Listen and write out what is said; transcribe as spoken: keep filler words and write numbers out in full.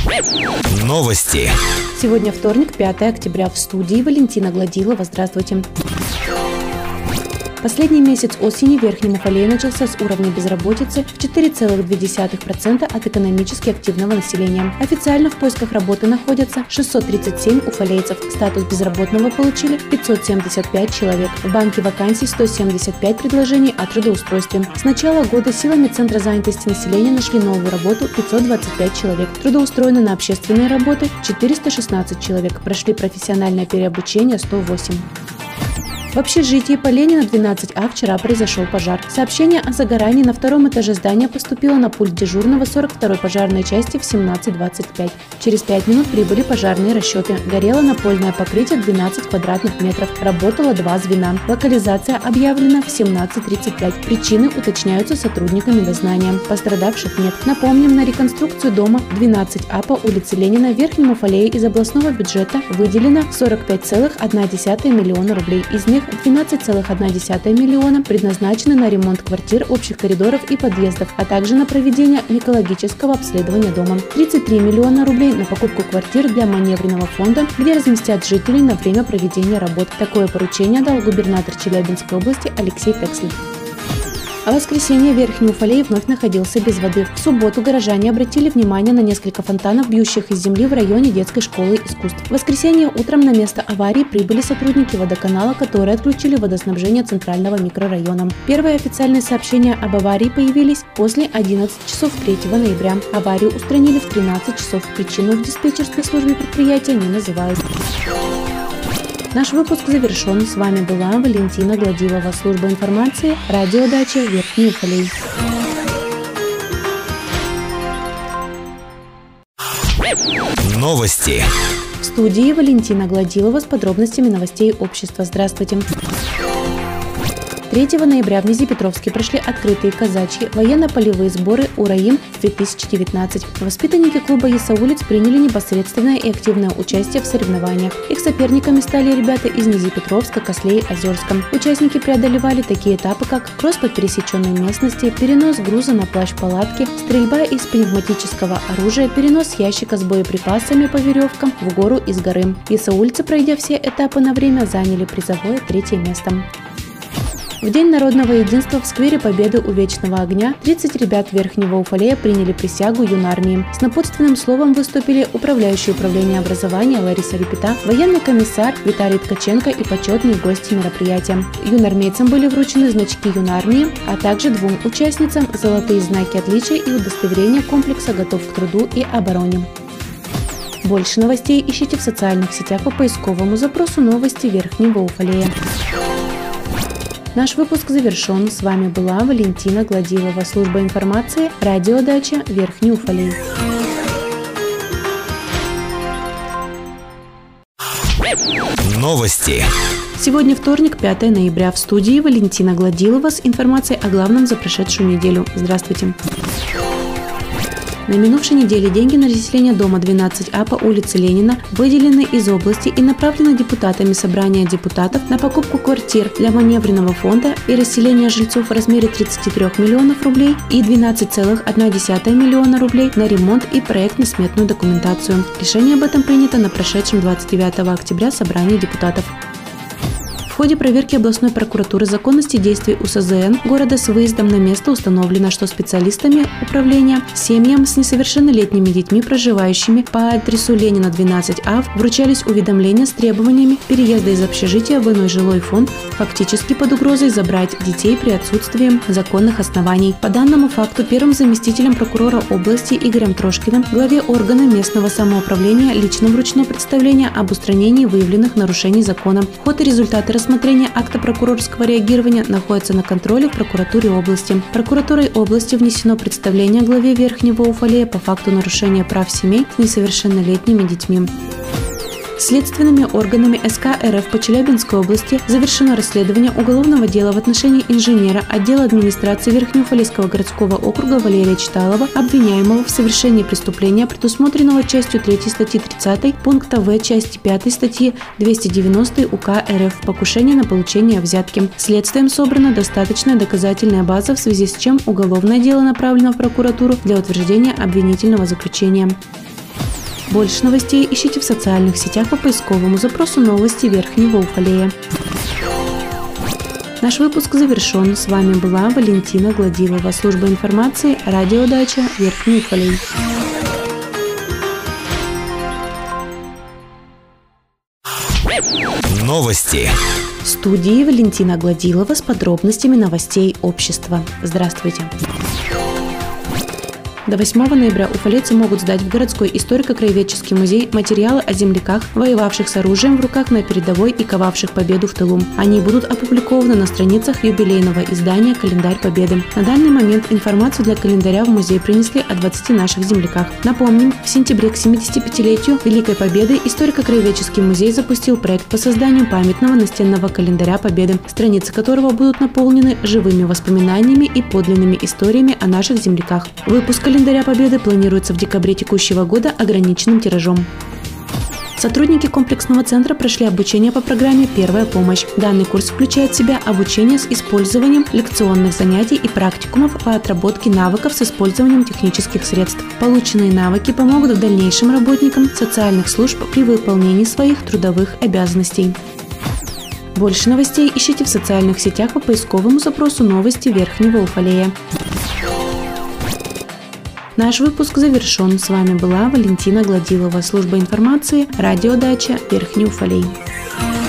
Новости. Сегодня вторник, пятое октября. В студии Валентина Гладилова. Здравствуйте. Последний месяц осени в Верхнем Уфалее начался с уровня безработицы в четыре целых две десятых процента от экономически активного населения. Официально в поисках работы находятся шестьсот тридцать семь уфалейцев. Статус безработного получили пятьсот семьдесят пять человек. В банке вакансий сто семьдесят пять предложений о трудоустройстве. С начала года силами Центра занятости населения нашли новую работу пятьсот двадцать пять человек. Трудоустроены на общественные работы четыреста шестнадцать человек. Прошли профессиональное переобучение сто восемь. В общежитии по Ленина двенадцать А вчера произошел пожар. Сообщение о загорании на втором этаже здания поступило на пульт дежурного сорок второй пожарной части в семнадцать двадцать пять. Через пять минут прибыли пожарные расчеты. Горело напольное покрытие двенадцать квадратных метров. Работало два звена. Локализация объявлена в семнадцать тридцать пять. Причины уточняются сотрудниками дознания. Пострадавших нет. Напомним, на реконструкцию дома двенадцать А по улице Ленина в Верхнем Уфалее из областного бюджета выделено сорок пять целых одна десятая миллиона рублей. Из них двенадцать целых одна десятая миллиона предназначены на ремонт квартир, общих коридоров и подъездов, а также на проведение микологического обследования дома. тридцать три миллиона рублей на покупку квартир для маневренного фонда, где разместят жителей на время проведения работ. Такое поручение дал губернатор Челябинской области Алексей Тексль. А в воскресенье Верхний Уфалей вновь находился без воды. В субботу горожане обратили внимание на несколько фонтанов, бьющих из земли в районе детской школы искусств. В воскресенье утром на место аварии прибыли сотрудники водоканала, которые отключили водоснабжение центрального микрорайона. Первые официальные сообщения об аварии появились после одиннадцати часов третьего ноября. Аварию устранили в тринадцать часов. Причину в диспетчерской службе предприятия не называют. Наш выпуск завершен. С вами была Валентина Гладилова, служба информации, радиодача Верхний Уфалей. Новости. В студии Валентина Гладилова с подробностями новостей общества. Здравствуйте. третьего ноября в Нязепетровске прошли открытые казачьи военно-полевые сборы УРАИМ две тысячи девятнадцать. Воспитанники клуба «Ясаулиц» приняли непосредственное и активное участие в соревнованиях. Их соперниками стали ребята из Нязепетровска, Кослей, Озерска. Участники преодолевали такие этапы, как кросс по пересеченной местности, перенос груза на плащ-палатки, стрельба из пневматического оружия, перенос ящика с боеприпасами по веревкам в гору из горы. Ясаульцы, пройдя все этапы на время, заняли призовое третье место. В День народного единства в сквере Победы у Вечного огня тридцать ребят Верхнего Уфалея приняли присягу юнармии. С напутственным словом выступили управляющий управления образования Лариса Репета, военный комиссар Виталий Ткаченко и почетные гости мероприятия. Юнармейцам были вручены значки юнармии, а также двум участницам золотые знаки отличия и удостоверения комплекса «Готов к труду и обороне». Больше новостей ищите в социальных сетях по поисковому запросу «Новости Верхнего Уфалея». Наш выпуск завершен. С вами была Валентина Гладилова, служба информации, радиодача Верхний Уфалей. Новости. Сегодня вторник, пятое ноября. В студии Валентина Гладилова с информацией о главном за прошедшую неделю. Здравствуйте. На минувшей неделе деньги на расселение дома двенадцать А по улице Ленина выделены из области и направлены депутатами собрания депутатов на покупку квартир для маневренного фонда и расселение жильцов в размере тридцати трёх миллионов рублей и двенадцати целых одной десятой миллиона рублей на ремонт и проектно-сметную документацию. Решение об этом принято на прошедшем двадцать девятого октября собрании депутатов. В ходе проверки областной прокуратуры законности действий У С З Н города с выездом на место установлено, что специалистами управления семьям с несовершеннолетними детьми, проживающими по адресу Ленина двенадцать А, вручались уведомления с требованиями переезда из общежития в иной жилой фонд, фактически под угрозой забрать детей при отсутствии законных оснований. По данному факту первым заместителем прокурора области Игорем Трошкиным главе органа местного самоуправления лично вручено представление об устранении выявленных нарушений закона. Ход и результаты рассмотрения акта прокурорского реагирования находятся на контроле в прокуратуре области. Прокуратурой области внесено представление главе Верхнего Уфалея по факту нарушения прав семей с несовершеннолетними детьми. Следственными органами С К Р Ф по Челябинской области завершено расследование уголовного дела в отношении инженера отдела администрации Верхнеуфалейского городского округа Валерия Читалова, обвиняемого в совершении преступления, предусмотренного частью третьей статьи тридцатой пункта В части пятой статьи двести девяностой У К Р Ф «Покушение на получение взятки». Следствием собрана достаточная доказательная база, в связи с чем уголовное дело направлено в прокуратуру для утверждения обвинительного заключения. Больше новостей ищите в социальных сетях по поисковому запросу «Новости Верхнего Уфалея». Наш выпуск завершен. С вами была Валентина Гладилова, служба информации, радиодача Верхний Уфалей. Новости. В студии Валентина Гладилова с подробностями новостей общества. Здравствуйте. До восьмого ноября уфалейцы могут сдать в городской историко-краеведческий музей материалы о земляках, воевавших с оружием в руках на передовой и ковавших победу в тылу. Они будут опубликованы на страницах юбилейного издания «Календарь Победы». На данный момент информацию для календаря в музей принесли о двадцати наших земляках. Напомним, в сентябре к семидесятипятилетию Великой Победы историко-краеведческий музей запустил проект по созданию памятного настенного календаря Победы, страницы которого будут наполнены живыми воспоминаниями и подлинными историями о наших земляках. Выпуск календаря Победы планируется в декабре текущего года ограниченным тиражом. Сотрудники комплексного центра прошли обучение по программе «Первая помощь». Данный курс включает в себя обучение с использованием лекционных занятий и практикумов по отработке навыков с использованием технических средств. Полученные навыки помогут в дальнейшем работникам социальных служб при выполнении своих трудовых обязанностей. Больше новостей ищите в социальных сетях по поисковому запросу «Новости Верхнего Уфалея». Наш выпуск завершен. С вами была Валентина Гладилова, служба информации, радиодача Верхний Уфалей.